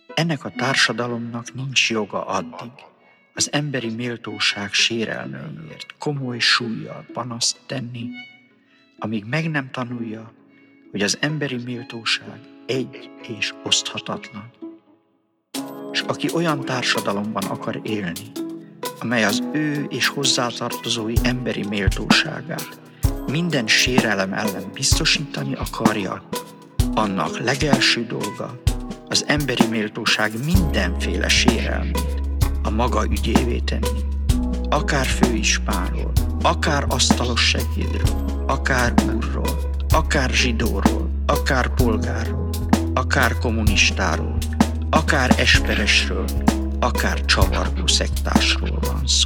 Ennek a társadalomnak nincs joga addig az emberi méltóság sérelmeiért komoly súllyal panaszt tenni, amíg meg nem tanulja, hogy az emberi méltóság egy és oszthatatlan. És aki olyan társadalomban akar élni, amely az ő és hozzátartozói emberi méltóságát minden sérelem ellen biztosítani akarja, annak legelső dolga az emberi méltóság mindenféle sérelmét a maga ügyévé tenni. Akár főispánról, akár asztalos segédről, akár úrról, akár zsidóról, akár polgárról, akár kommunistáról, akár esperesről, akár csavargó szektásról van szó.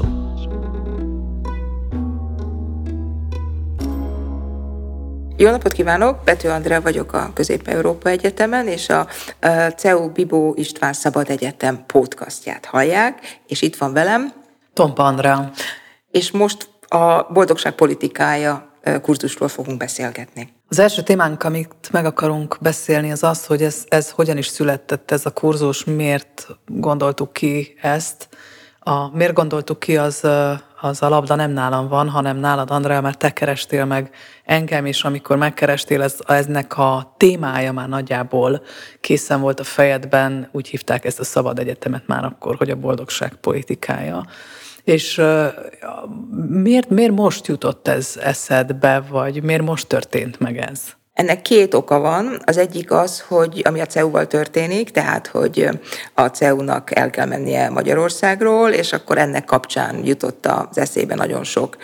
Jó napot kívánok! Bető Andrea vagyok a Közép-Európa Egyetemen, és a CEU Bibó István Szabad Egyetem podcastját hallják, és itt van velem Tompa Andrea. És most a boldogság politikája kurzusról fogunk beszélgetni. Az első témánk, amit meg akarunk beszélni, az az, hogy ez hogyan is született ez a kurzus, miért gondoltuk ki ezt. Miért gondoltuk ki, az a labda nem nálam van, hanem nálad, Andrea, mert te kerestél meg engem, és amikor megkerestél, ennek a témája már nagyjából készen volt a fejedben, úgy hívták ezt a Szabad Egyetemet már akkor, hogy a boldogság politikája. És miért most jutott ez eszedbe, vagy miért most történt meg ez? Ennek két oka van. Az egyik az, hogy ami a CEU-val történik, tehát, hogy a CEU-nak el kell mennie Magyarországról, és akkor ennek kapcsán jutott az eszébe nagyon sok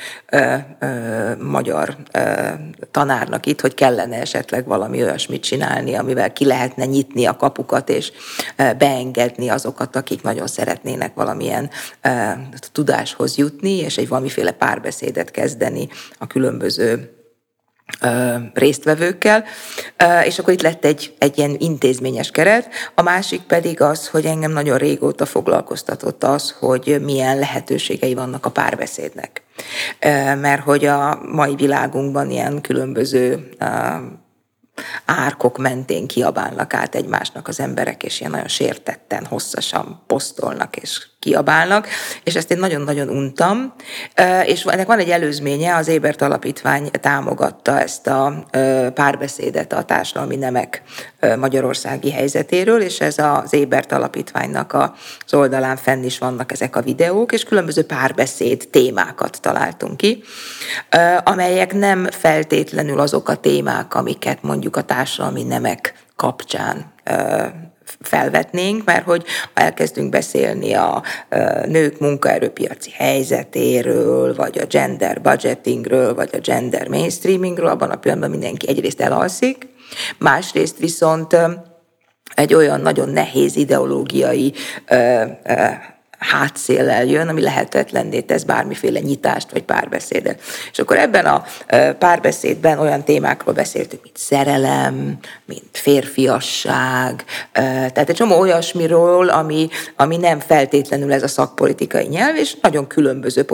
magyar tanárnak itt, hogy kellene esetleg valami olyasmit csinálni, amivel ki lehetne nyitni a kapukat, és beengedni azokat, akik nagyon szeretnének valamilyen tudáshoz jutni, és egy valamiféle párbeszédet kezdeni a különböző résztvevőkkel, és akkor itt lett egy ilyen intézményes keret. A másik pedig az, hogy engem nagyon régóta foglalkoztatott az, hogy milyen lehetőségei vannak a párbeszédnek. Mert hogy a mai világunkban ilyen különböző árkok mentén kiabálnak át egymásnak az emberek, és ilyen nagyon sértetten, hosszasan posztolnak és kiabálnak, és ezt én nagyon-nagyon untam, és ennek van egy előzménye, az Ébert Alapítvány támogatta ezt a párbeszédet a társadalmi nemek magyarországi helyzetéről, és ez az Ébert Alapítványnak az oldalán fenn is vannak ezek a videók, és különböző párbeszéd témákat találtunk ki, amelyek nem feltétlenül azok a témák, amiket mondjuk a társadalmi nemek kapcsán felvetnénk, mert hogy elkezdünk beszélni a nők munkaerőpiaci helyzetéről, vagy a gender budgetingről, vagy a gender mainstreamingről, abban a pillanatban mindenki egyrészt elalszik, másrészt viszont egy olyan nagyon nehéz ideológiai hátszéllel jön, ami lehetetlenné tesz bármiféle nyitást vagy párbeszédet. És akkor ebben a párbeszédben olyan témákról beszéltünk, mint szerelem, mint férfiasság, tehát egy csomó olyasmiről, ami nem feltétlenül ez a szakpolitikai nyelv, és nagyon különböző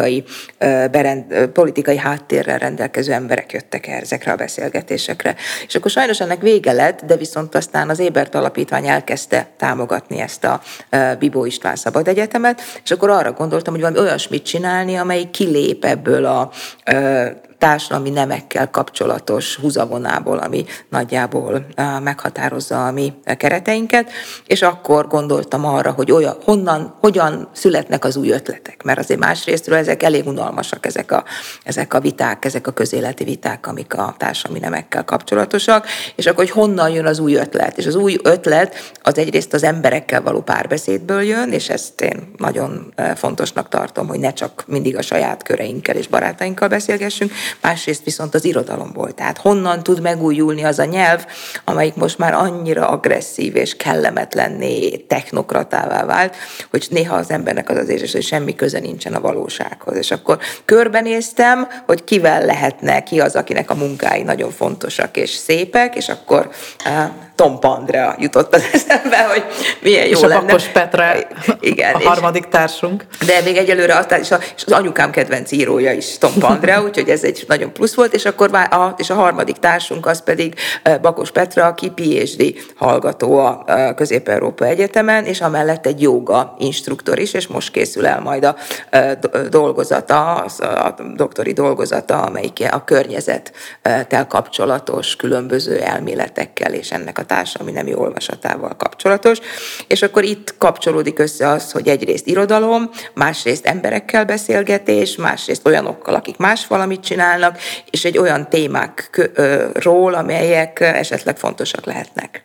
politikai háttérrel rendelkező emberek jöttek ezekre a beszélgetésekre. És akkor sajnos ennek vége lett, de viszont aztán az Ébert Alapítvány elkezdte támogatni ezt a Bibó István Szabad Egyetemet, és akkor arra gondoltam, hogy valami olyasmit csinálni, amely kilép ebből a társadalmi nemekkel kapcsolatos húzavonából, ami nagyjából meghatározza a mi kereteinket, és akkor gondoltam arra, hogy hogyan születnek az új ötletek, mert azért másrésztről ezek elég unalmasak, ezek a viták, ezek a közéleti viták, amik a társadalmi nemekkel kapcsolatosak, és akkor, hogy honnan jön az új ötlet, és az új ötlet az egyrészt az emberekkel való párbeszédből jön, és ezt én nagyon fontosnak tartom, hogy ne csak mindig a saját köreinkkel és barátainkkal beszélgessünk, másrészt viszont az irodalomból. Tehát honnan tud megújulni az a nyelv, amelyik most már annyira agresszív és kellemetlenné, technokratává vált, hogy néha az embernek az érzés, hogy semmi köze nincsen a valósághoz. És akkor körbenéztem, hogy kivel lehetne, ki az, akinek a munkái nagyon fontosak és szépek, és akkor Tompa Andrea jutott az eszembe, hogy milyen jó és lenne. És a Bakos Petra, igen, a harmadik társunk. De még egyelőre és az anyukám kedvenc írója is Tompa Andrea, úgyhogy ez egy nagyon plusz volt, és akkor és a harmadik társunk az pedig Bakos Petra, aki PhD hallgató a Közép-Európa Egyetemen, és amellett egy jóga instruktor is, és most készül el majd a dolgozata, a doktori dolgozata, amelyik a környezettel kapcsolatos különböző elméletekkel és ennek a társadalmi nemi olvasatával kapcsolatos. És akkor itt kapcsolódik össze az, hogy egyrészt irodalom, másrészt emberekkel beszélgetés, másrészt olyanokkal, akik más valamit csinálnak, és egy olyan témákról, amelyek esetleg fontosak lehetnek.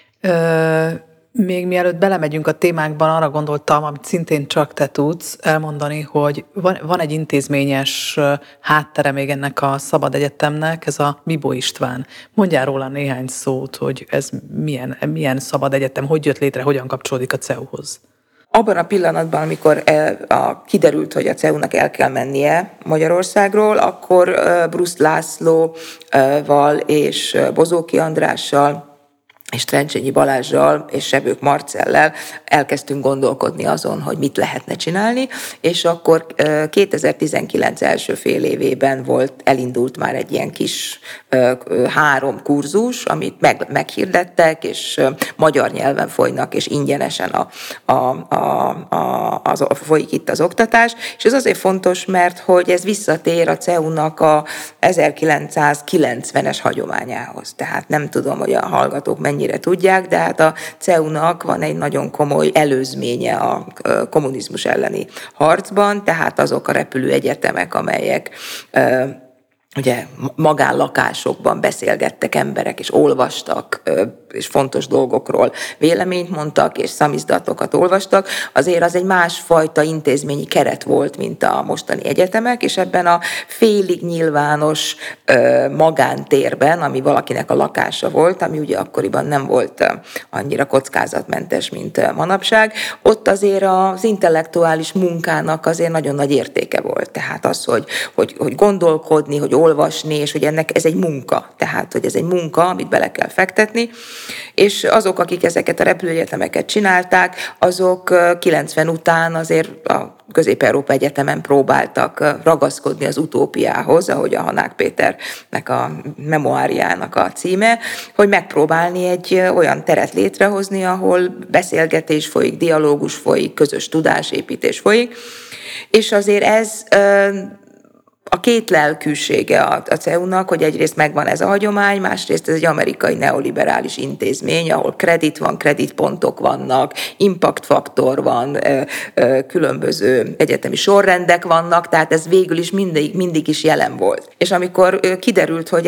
Még mielőtt belemegyünk a témákban, arra gondoltam, amit szintén csak te tudsz elmondani, hogy van egy intézményes háttere még ennek a Szabad Egyetemnek, ez a Bibó István. Mondjál róla néhány szót, hogy ez milyen Szabad Egyetem, hogy jött létre, hogyan kapcsolódik a CEU-hoz. Abban a pillanatban, amikor kiderült, hogy a CEU-nak el kell mennie Magyarországról, akkor Brusz Lászlóval és Bozóki Andrással és Trencsényi Balázssal és Sebők Marcellel elkezdtünk gondolkodni azon, hogy mit lehetne csinálni, és akkor 2019 első fél évében elindult már egy ilyen kis 3 kurzus, amit meghirdettek, és magyar nyelven folynak, és ingyenesen folyik itt az oktatás, és ez azért fontos, mert hogy ez visszatér a CEU-nak a 1990-es hagyományához. Tehát nem tudom, hogy a hallgatók mennyire tudják, de hát a CEU-nak van egy nagyon komoly előzménye a kommunizmus elleni harcban, tehát azok a repülőegyetemek, amelyek ugye magánlakásokban beszélgettek emberek, és olvastak, és fontos dolgokról véleményt mondtak, és szamizdatokat olvastak, azért az egy másfajta intézményi keret volt, mint a mostani egyetemek, és ebben a félig nyilvános magántérben, ami valakinek a lakása volt, ami ugye akkoriban nem volt annyira kockázatmentes, mint manapság, ott azért az intellektuális munkának azért nagyon nagy értéke volt. Tehát az, hogy gondolkodni, hogy olvasni, és hogy ennek ez egy munka. Tehát, hogy ez egy munka, amit bele kell fektetni, és azok, akik ezeket a repülőegyetemeket csinálták, azok 90 után azért a Közép-Európa Egyetemen próbáltak ragaszkodni az utópiához, ahogy a Hanák Péternek a memoárjának a címe, hogy megpróbálni egy olyan teret létrehozni, ahol beszélgetés folyik, dialógus folyik, közös tudásépítés folyik, és azért ez a két lelkűsége a CEU-nak, hogy egyrészt megvan ez a hagyomány, másrészt ez egy amerikai neoliberális intézmény, ahol kredit van, kreditpontok vannak, impact faktor van, különböző egyetemi sorrendek vannak, tehát ez végül is mindig is jelen volt. És amikor kiderült, hogy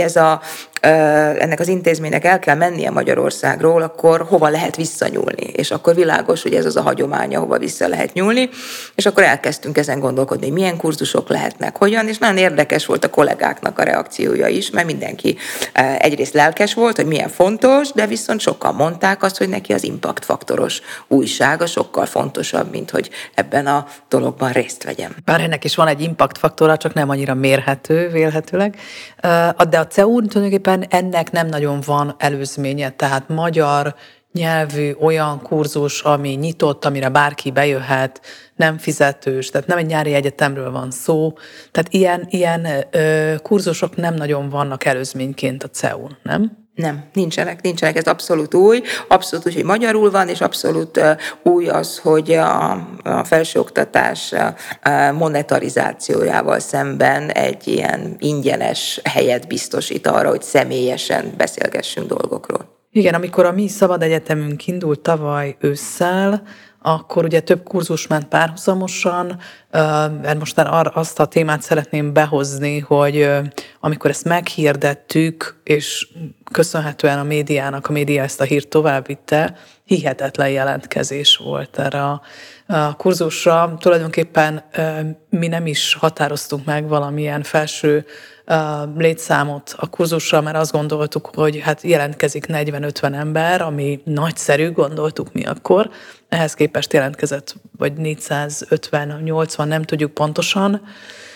ennek az intézménynek el kell mennie Magyarországról, akkor hova lehet visszanyúlni? És akkor világos, hogy ez az a hagyomány, hova vissza lehet nyúlni, és akkor elkezdtünk ezen gondolkodni, hogy milyen kurzusok lehetnek, hogyan, és nagyon érdekes volt a kollégáknak a reakciója is, mert mindenki egyrészt lelkes volt, hogy milyen fontos, de viszont sokan mondták azt, hogy neki az impact faktoros újsága sokkal fontosabb, mint hogy ebben a dologban részt vegyem. Bár ennek is van egy impact faktora, csak nem annyira mérhető, vélhetőleg. De a CEU tulajdonképpen ennek nem nagyon van előzménye, tehát magyar nyelvű olyan kurzus, ami nyitott, amire bárki bejöhet, nem fizetős, tehát nem egy nyári egyetemről van szó. Tehát ilyen kurzusok nem nagyon vannak előzményként a CEU-n, nem? Nem, nincsenek, ez abszolút új, hogy magyarul van, és abszolút új az, hogy a felsőoktatás monetarizációjával szemben egy ilyen ingyenes helyet biztosít arra, hogy személyesen beszélgessünk dolgokról. Igen, amikor a mi Szabad Egyetemünk indult tavaly ősszel, akkor ugye több kurzus ment párhuzamosan, mert most azt a témát szeretném behozni, hogy amikor ezt meghirdettük, és köszönhetően a médiának, a média ezt a hírt továbbvitte, hihetetlen jelentkezés volt erre a kurzusra. Tulajdonképpen mi nem is határoztunk meg valamilyen felső létszámot a kurzusra, mert azt gondoltuk, hogy hát jelentkezik 40-50 ember, ami nagyszerű, gondoltuk mi akkor. Ehhez képest jelentkezett vagy 450-80, nem tudjuk pontosan.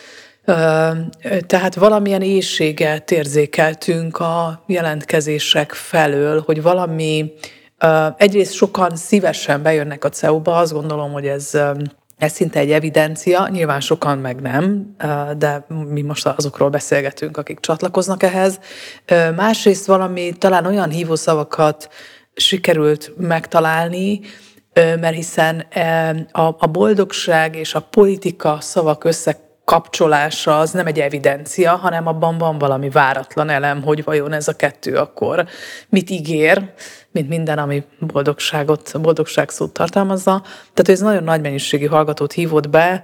Tehát valamilyen éhséget érzékeltünk a jelentkezések felől, hogy valami, egyrészt sokan szívesen bejönnek a CEU-ba, azt gondolom, hogy ez szinte egy evidencia, nyilván sokan meg nem, de mi most azokról beszélgetünk, akik csatlakoznak ehhez. Másrészt valami talán olyan hívószavakat sikerült megtalálni, mert hiszen a boldogság és a politika szavak összekapcsolása az nem egy evidencia, hanem abban van valami váratlan elem, hogy vajon ez a kettő akkor mit ígér, mint minden, ami boldogság szót tartalmazza. Tehát ez nagyon nagy mennyiségű hallgatót hívott be,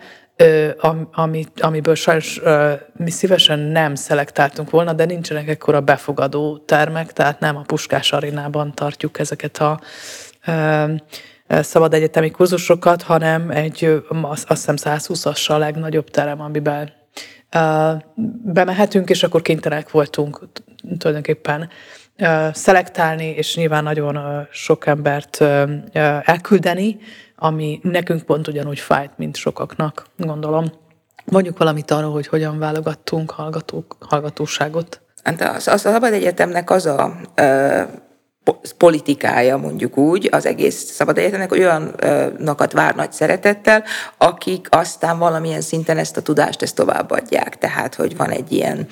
amiből sajnos mi szívesen nem szelektáltunk volna, de nincsenek ekkora befogadó termek, tehát nem a Puskás Arénában tartjuk ezeket a szabad egyetemi kurzusokat, hanem azt hiszem 120-as a legnagyobb terem, amiben bemehetünk, és akkor kénytelenek voltunk tulajdonképpen szelektálni, és nyilván nagyon sok embert elküldeni, ami nekünk pont ugyanúgy fájt, mint sokaknak, gondolom. Mondjuk valamit arról, hogy hogyan válogattunk hallgatóságot. Hát a Szabad Egyetemnek az a politikája, mondjuk úgy, az egész Szabad Egyetemnek, hogy olyanokat vár nagy szeretettel, akik aztán valamilyen szinten ezt a tudást továbbadják. Tehát, hogy van egy ilyen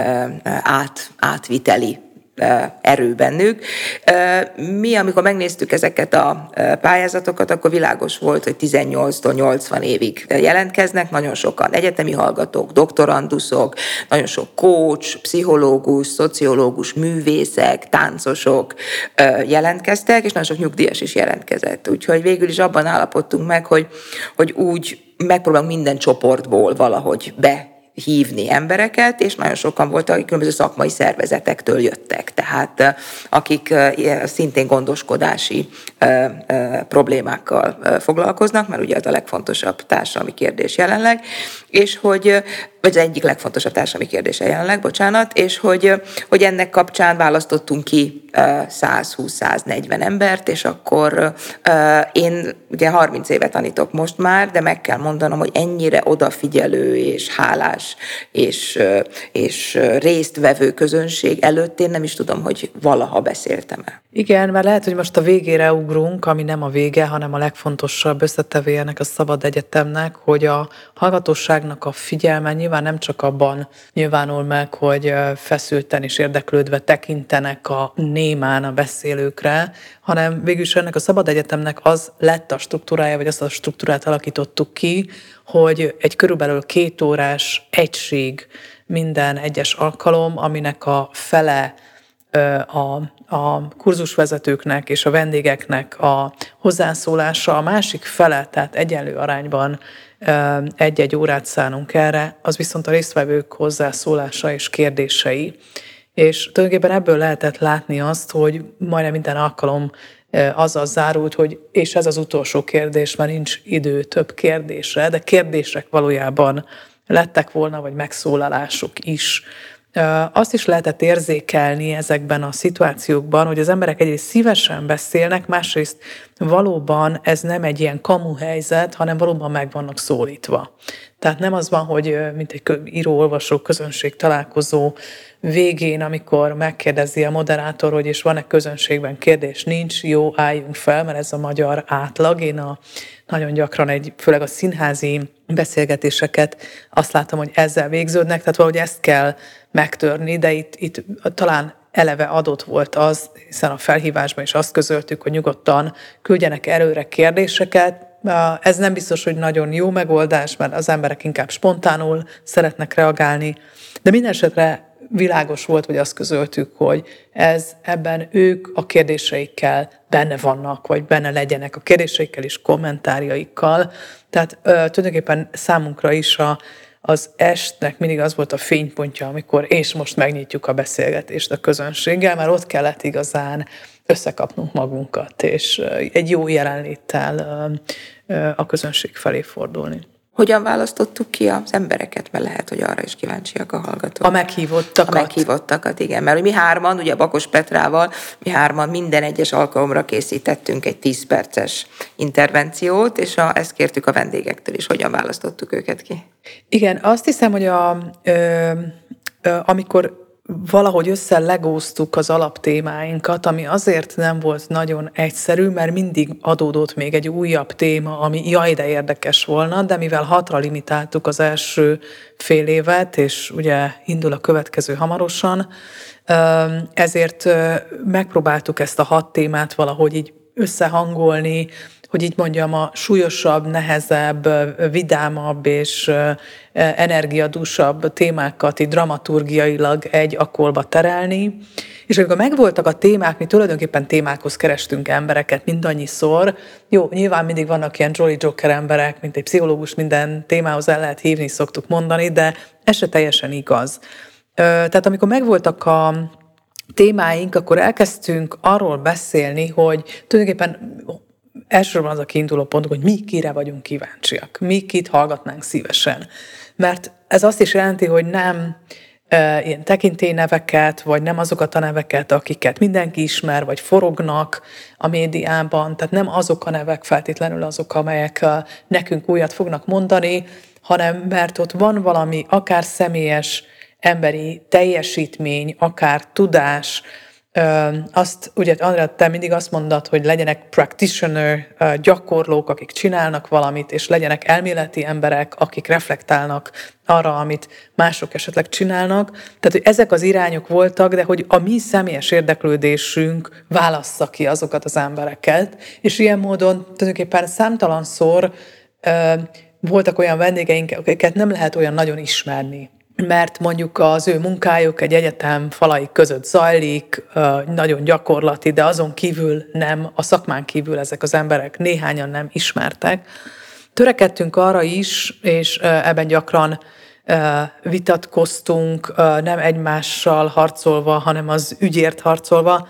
átviteli erő bennük. Mi, amikor megnéztük ezeket a pályázatokat, akkor világos volt, hogy 18-tól 80 évig jelentkeznek, nagyon sokan egyetemi hallgatók, doktoranduszok, nagyon sok coach, pszichológus, szociológus, művészek, táncosok jelentkeztek, és nagyon sok nyugdíjas is jelentkezett. Úgyhogy végül is abban állapodtunk meg, hogy úgy megpróbálunk minden csoportból valahogy hívni embereket, és nagyon sokan voltak, akik különböző szakmai szervezetektől jöttek, tehát akik szintén gondoskodási problémákkal foglalkoznak, mert ugye az a legfontosabb társadalmi kérdés jelenleg, és vagy az egyik legfontosabb társadalmi kérdése jelenleg, bocsánat, és hogy ennek kapcsán választottunk ki 120-140 embert, és akkor én ugye 30 éve tanítok most már, de meg kell mondanom, hogy ennyire odafigyelő és hálás és résztvevő közönség előtt én nem is tudom, hogy valaha beszéltem-e. Igen, mert lehet, hogy most a végére ugrunk, ami nem a vége, hanem a legfontosabb összetevője ennek a Szabad Egyetemnek, hogy a hallgatóságnak a figyelme nyilván nem csak abban nyilvánul meg, hogy feszülten és érdeklődve tekintenek a némán a beszélőkre, hanem végülis ennek a Szabad Egyetemnek az lett a struktúrája, vagy azt a struktúrát alakítottuk ki, hogy egy körülbelül 2 órás egység minden egyes alkalom, aminek a fele a kurzusvezetőknek és a vendégeknek a hozzászólása, a másik fele, tehát egyenlő arányban egy-egy órát szánunk erre, az viszont a résztvevők hozzászólása és kérdései. És tulajdonképpen ebből lehetett látni azt, hogy majdnem minden alkalom azzal zárult, hogy és ez az utolsó kérdés, mert nincs idő több kérdésre, de kérdések valójában lettek volna, vagy megszólalások is. Azt is lehetett érzékelni ezekben a szituációkban, hogy az emberek egyrészt szívesen beszélnek, másrészt valóban ez nem egy ilyen kamu helyzet, hanem valóban meg vannak szólítva. Tehát nem az van, hogy mint egy író-olvasó közönség találkozó végén, amikor megkérdezi a moderátor, hogy és van-e közönségben kérdés, nincs, jó, álljunk fel, mert ez a magyar átlag. Én nagyon gyakran főleg a színházi beszélgetéseket azt látom, hogy ezzel végződnek, tehát valahogy ezt kell megtörni, de itt talán eleve adott volt az, hiszen a felhívásban is azt közöltük, hogy nyugodtan küldjenek előre kérdéseket. Ez nem biztos, hogy nagyon jó megoldás, mert az emberek inkább spontánul szeretnek reagálni, de minden esetre világos volt, hogy azt közöltük, hogy ebben ők a kérdéseikkel benne vannak, vagy benne legyenek a kérdéseikkel és kommentárjaikkal. Tehát tulajdonképpen számunkra is az estnek mindig az volt a fénypontja, amikor és most megnyitjuk a beszélgetést a közönséggel, mert ott kellett igazán összekapnunk magunkat, és egy jó jelenléttel a közönség felé fordulni. Hogyan választottuk ki az embereket, mert lehet, hogy arra is kíváncsiak a hallgatók. A meghívottakat. A meghívottakat, igen. Mert mi hárman, ugye Bakos Petrával, mi hárman minden egyes alkalomra készítettünk egy 10 perces intervenciót, és ezt kértük a vendégektől is. Hogyan választottuk őket ki? Igen, azt hiszem, hogy amikor valahogy összelegóztuk az alaptémáinkat, ami azért nem volt nagyon egyszerű, mert mindig adódott még egy újabb téma, ami jaj, de érdekes volna, de mivel 6-ra limitáltuk az első fél évet, és ugye indul a következő hamarosan, ezért megpróbáltuk ezt a 6 témát valahogy így összehangolni, hogy így mondjam, a súlyosabb, nehezebb, vidámabb és energiadúsabb témákat így dramaturgiailag egy akkolba terelni. És amikor megvoltak a témák, mi tulajdonképpen témákhoz kerestünk embereket mindannyiszor. Jó, nyilván mindig vannak ilyen Jolly Joker emberek, mint egy pszichológus minden témához el lehet hívni, szoktuk mondani, de ez se teljesen igaz. Tehát amikor megvoltak a témáink, akkor elkezdtünk arról beszélni, hogy tulajdonképpen elsősorban az a kiinduló pontunk, hogy mi kire vagyunk kíváncsiak, mi kit hallgatnánk szívesen. Mert ez azt is jelenti, hogy nem ilyen tekintélyneveket, vagy nem azokat a neveket, akiket mindenki ismer, vagy forognak a médiában, tehát nem azok a nevek feltétlenül azok, amelyek nekünk újat fognak mondani, hanem mert ott van valami akár személyes, emberi teljesítmény, akár tudás. Azt, ugye Andrea, te mindig azt mondod, hogy legyenek practitioner, gyakorlók, akik csinálnak valamit, és legyenek elméleti emberek, akik reflektálnak arra, amit mások esetleg csinálnak. Tehát, hogy ezek az irányok voltak, de hogy a mi személyes érdeklődésünk válassza ki azokat az embereket, és ilyen módon tulajdonképpen számtalanszor voltak olyan vendégeink, akiket nem lehet olyan nagyon ismerni, mert mondjuk az ő munkájuk egy egyetem falai között zajlik, nagyon gyakorlati, de azon kívül nem, a szakmán kívül ezek az emberek néhányan nem ismertek. Törekedtünk arra is, és ebben gyakran vitatkoztunk, nem egymással harcolva, hanem az ügyért harcolva,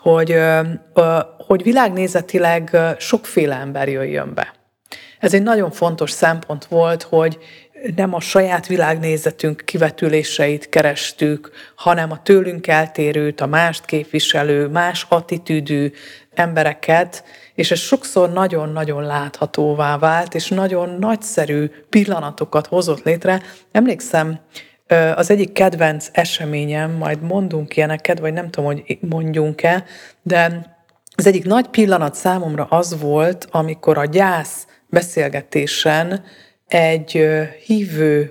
hogy világnézetileg sokféle ember jöjjön be. Ez egy nagyon fontos szempont volt, hogy nem a saját világnézetünk kivetüléseit kerestük, hanem a tőlünk eltérőt, a mást képviselő, más attitűdű embereket, és ez sokszor nagyon-nagyon láthatóvá vált, és nagyon nagyszerű pillanatokat hozott létre. Emlékszem, az egyik kedvenc eseményem, majd mondunk ilyeneket, vagy nem tudom, hogy mondjunk-e, de az egyik nagy pillanat számomra az volt, amikor a gyász beszélgetésen egy hívő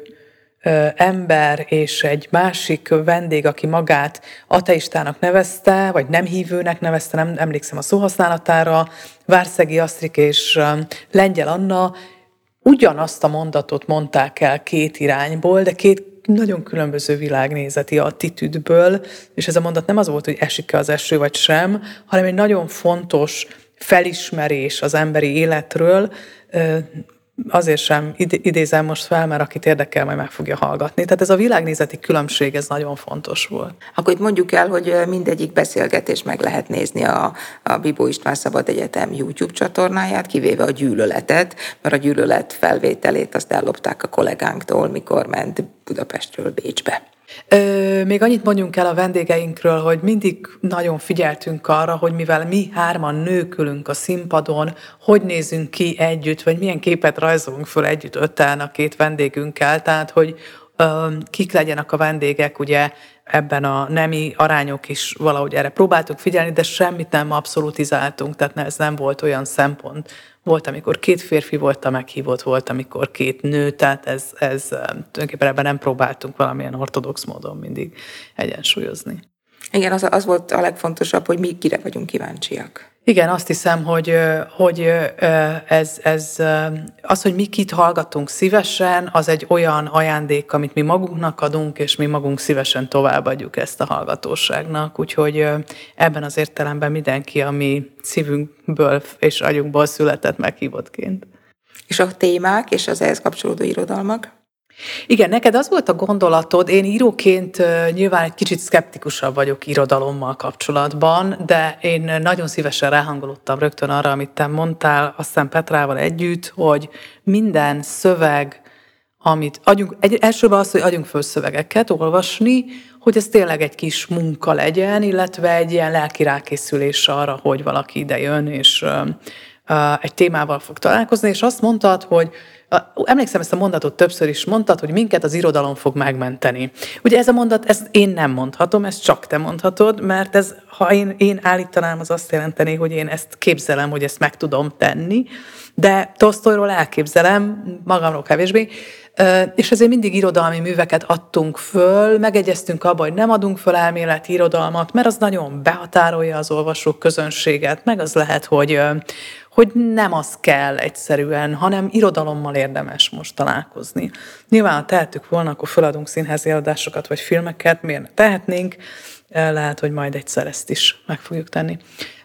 ember és egy másik vendég, aki magát ateistának nevezte, vagy nem hívőnek nevezte, nem emlékszem a szóhasználatára, Várszegi Asztrik és Lengyel Anna ugyanazt a mondatot mondták el 2 irányból, de 2 nagyon különböző világnézeti attitűdből, és ez a mondat nem az volt, hogy esik-e az eső vagy sem, hanem egy nagyon fontos felismerés az emberi életről. Azért sem idézem most fel, mert akit érdekel, majd meg fogja hallgatni. Tehát ez a világnézeti különbség, ez nagyon fontos volt. Akkor itt mondjuk el, hogy mindegyik beszélgetés meg lehet nézni a Bibó István Szabad Egyetem YouTube csatornáját, kivéve a gyűlöletet, mert a gyűlölet felvételét azt ellopták a kollégánktól, mikor ment Budapestről Bécsbe. Még annyit mondjunk el a vendégeinkről, hogy mindig nagyon figyeltünk arra, hogy mivel mi 3-an nők ülünk a színpadon, hogy nézünk ki együtt, vagy milyen képet rajzolunk föl együtt 5-en a 2 vendégünkkel, tehát hogy kik legyenek a vendégek, ugye ebben a nemi arányok is valahogy erre próbáltuk figyelni, de semmit nem abszolutizáltunk, tehát ez nem volt olyan szempont. Volt, amikor 2 férfi volt a meghívott, volt, amikor 2 nő, tehát ez tulajdonképpen ebben nem próbáltunk valamilyen ortodox módon mindig egyensúlyozni. Igen, az volt a legfontosabb, hogy mi kire vagyunk kíváncsiak. Igen, azt hiszem, hogy az, hogy mi kit hallgatunk szívesen, az egy olyan ajándék, amit mi magunknak adunk, és mi magunk szívesen továbbadjuk ezt a hallgatóságnak. Úgyhogy ebben az értelemben mindenki, ami szívünkből és agyunkból született meghívottként. És a témák és az ehhez kapcsolódó irodalmak? Igen, neked az volt a gondolatod, én íróként nyilván egy kicsit szkeptikusabb vagyok irodalommal kapcsolatban, de én nagyon szívesen ráhangolódtam rögtön arra, amit te mondtál, aztán Petrával együtt, hogy minden szöveg amit adjunk, elsőben az, hogy adjunk föl szövegeket, olvasni, hogy ez tényleg egy kis munka legyen, illetve egy ilyen lelki rákészülés arra, hogy valaki ide jön, és egy témával fog találkozni, és azt mondtad, hogy emlékszem, ezt a mondatot többször is mondtad, hogy minket az irodalom fog megmenteni. Ugye ez a mondat, ezt én nem mondhatom, ezt csak te mondhatod, mert ez, ha én állítanám, az azt jelenteni, hogy én ezt képzelem, hogy ezt meg tudom tenni, de Tolsztojról elképzelem, magamról kevésbé, és ezért mindig irodalmi műveket adtunk föl, megegyeztünk abba, hogy nem adunk föl elméleti irodalmat, mert az nagyon behatárolja az olvasók közönséget, meg az lehet, hogy nem az kell egyszerűen, hanem irodalommal érdemes most találkozni. Nyilván, ha tehetük volna, akkor feladunk színházi előadásokat vagy filmeket, miért ne tehetnénk, lehet, hogy majd egyszer ezt is meg fogjuk tenni.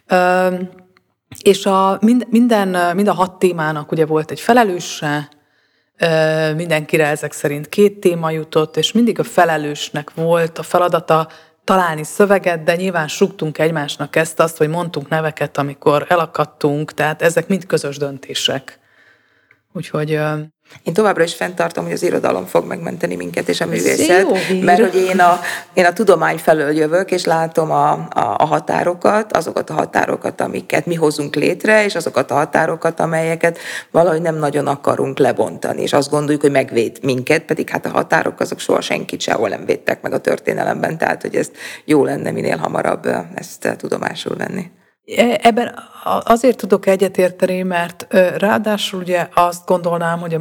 És mind a 6 témának ugye volt egy felelőse, mindenkire ezek szerint 2 téma jutott, és mindig a felelősnek volt a feladata találni szöveget, de nyilván súgtunk egymásnak azt, hogy mondtunk neveket, amikor elakadtunk, tehát ezek mind közös döntések. Úgyhogy... Én továbbra is fenntartom, hogy az irodalom fog megmenteni minket és a művészet, mert hogy én a tudomány felől jövök, és látom a határokat, azokat a határokat, amiket mi hozunk létre, és azokat a határokat, amelyeket valahogy nem nagyon akarunk lebontani, és azt gondoljuk, hogy megvéd minket, pedig hát a határok azok soha senkit sehol nem védtek meg a történelemben, tehát hogy ezt jó lenne minél hamarabb ezt tudomásul venni. Ebben azért tudok egyetérteni, mert ráadásul ugye azt gondolnám, hogy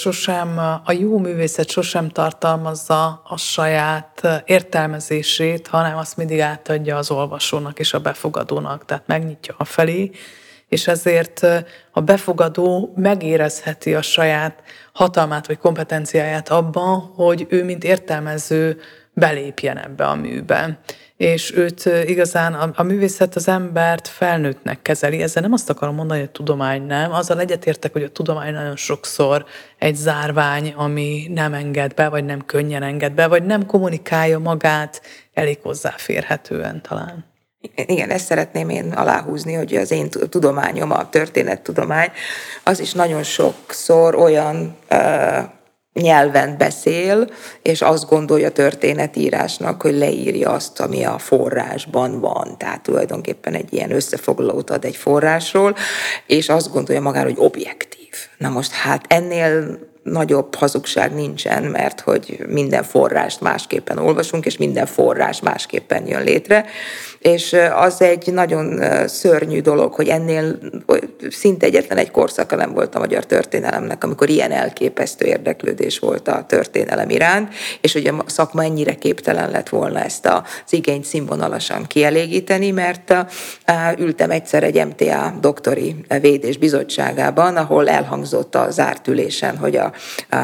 a jó művészet sosem tartalmazza a saját értelmezését, hanem azt mindig átadja az olvasónak és a befogadónak, tehát megnyitja a felé, és ezért a befogadó megérezheti a saját hatalmát vagy kompetenciáját abban, hogy ő, mint értelmező, belépjen ebbe a műbe. És őt igazán a művészet az embert felnőttnek kezeli. Ezzel nem azt akarom mondani, hogy a tudomány nem. Azzal egyetértek, hogy a tudomány nagyon sokszor egy zárvány, ami nem enged be, vagy nem könnyen enged be, vagy nem kommunikálja magát elég hozzáférhetően talán. Igen, ezt szeretném én aláhúzni, hogy az én tudományom, a történettudomány, az is nagyon sokszor olyan nyelven beszél, és azt gondolja történetírásnak, hogy leírja azt, ami a forrásban van. Tehát tulajdonképpen egy ilyen összefoglalót ad egy forrásról, és azt gondolja magáról, hogy objektív. Na most hát ennél nagyobb hazugság nincsen, mert hogy minden forrást másképpen olvasunk, és minden forrás másképpen jön létre, és az egy nagyon szörnyű dolog, hogy ennél szinte egyetlen egy korszaka nem volt a magyar történelemnek, amikor ilyen elképesztő érdeklődés volt a történelem iránt, és hogy a szakma ennyire képtelen lett volna ezt az igényt színvonalasan kielégíteni, mert ültem egyszer egy MTA doktori védés bizottságában, ahol elhangzott a zárt ülésen, hogy a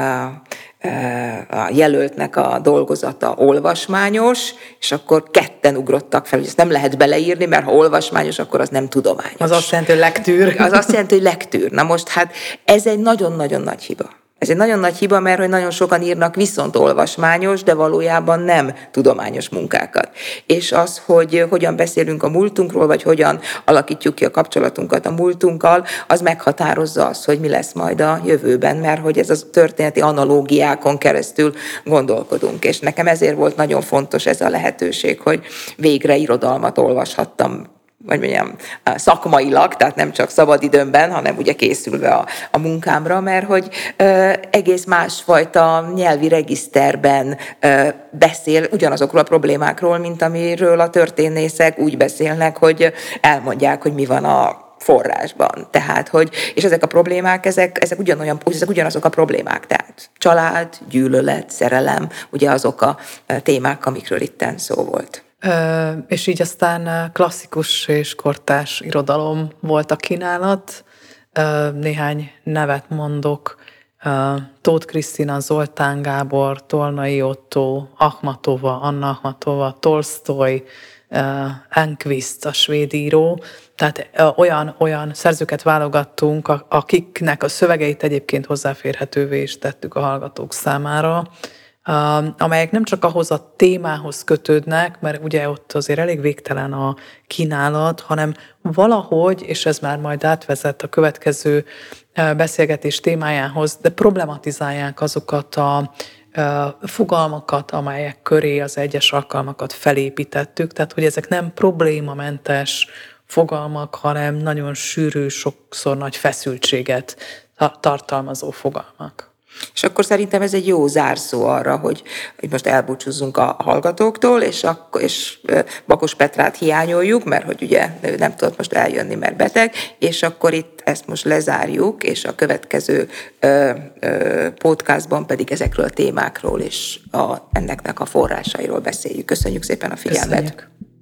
jelöltnek a dolgozata olvasmányos, és akkor ketten ugrottak fel, hogy ezt nem lehet beleírni, mert ha olvasmányos, akkor az nem tudományos. Az azt jelenti, hogy lektűr. Az azt jelenti, hogy lektűr. Na most hát ez egy nagyon-nagyon nagy hiba. Ez egy nagyon nagy hiba, mert hogy nagyon sokan írnak viszont olvasmányos, de valójában nem tudományos munkákat. És az, hogy hogyan beszélünk a múltunkról, vagy hogyan alakítjuk ki a kapcsolatunkat a múltunkkal, az meghatározza azt, hogy mi lesz majd a jövőben, mert hogy ez a történeti analógiákon keresztül gondolkodunk. És nekem ezért volt nagyon fontos ez a lehetőség, hogy végre irodalmat olvashattam, vagy mondjam, szakmailag, tehát nem csak szabadidőmben, hanem ugye készülve a munkámra, mert hogy egész másfajta nyelvi regiszterben beszél ugyanazokról a problémákról, mint amiről a történészek úgy beszélnek, hogy elmondják, hogy mi van a forrásban. Tehát, és ezek a problémák, ezek ugyanazok a problémák, tehát család, gyűlölet, szerelem, ugye azok a témák, amikről itten szó volt. És így aztán klasszikus és kortárs irodalom volt a kínálat. Néhány nevet mondok. Tóth Krisztina, Zoltán Gábor, Tolnai Ottó, Akhmatova, Anna Akhmatova, Tolsztoj, Enquist, a svéd író. Tehát olyan szerzőket válogattunk, akiknek a szövegeit egyébként hozzáférhetővé is tettük a hallgatók számára. amelyek nem csak ahhoz a témához kötődnek, mert ugye ott azért elég végtelen a kínálat, hanem valahogy, és ez már majd átvezet a következő beszélgetés témájához, de problematizálják azokat a fogalmakat, amelyek köré az egyes alkalmakat felépítettük, tehát hogy ezek nem problémamentes fogalmak, hanem nagyon sűrű, sokszor nagy feszültséget tartalmazó fogalmak. És akkor szerintem ez egy jó zárszó arra, hogy most elbúcsúzzunk a hallgatóktól, és Bakos Petrát hiányoljuk, mert hogy ugye nem tudott most eljönni, mert beteg, és akkor itt ezt most lezárjuk, és a következő podcastban pedig ezekről a témákról és enneknek a forrásairól beszéljük. Köszönjük szépen a figyelmet! Köszönjük.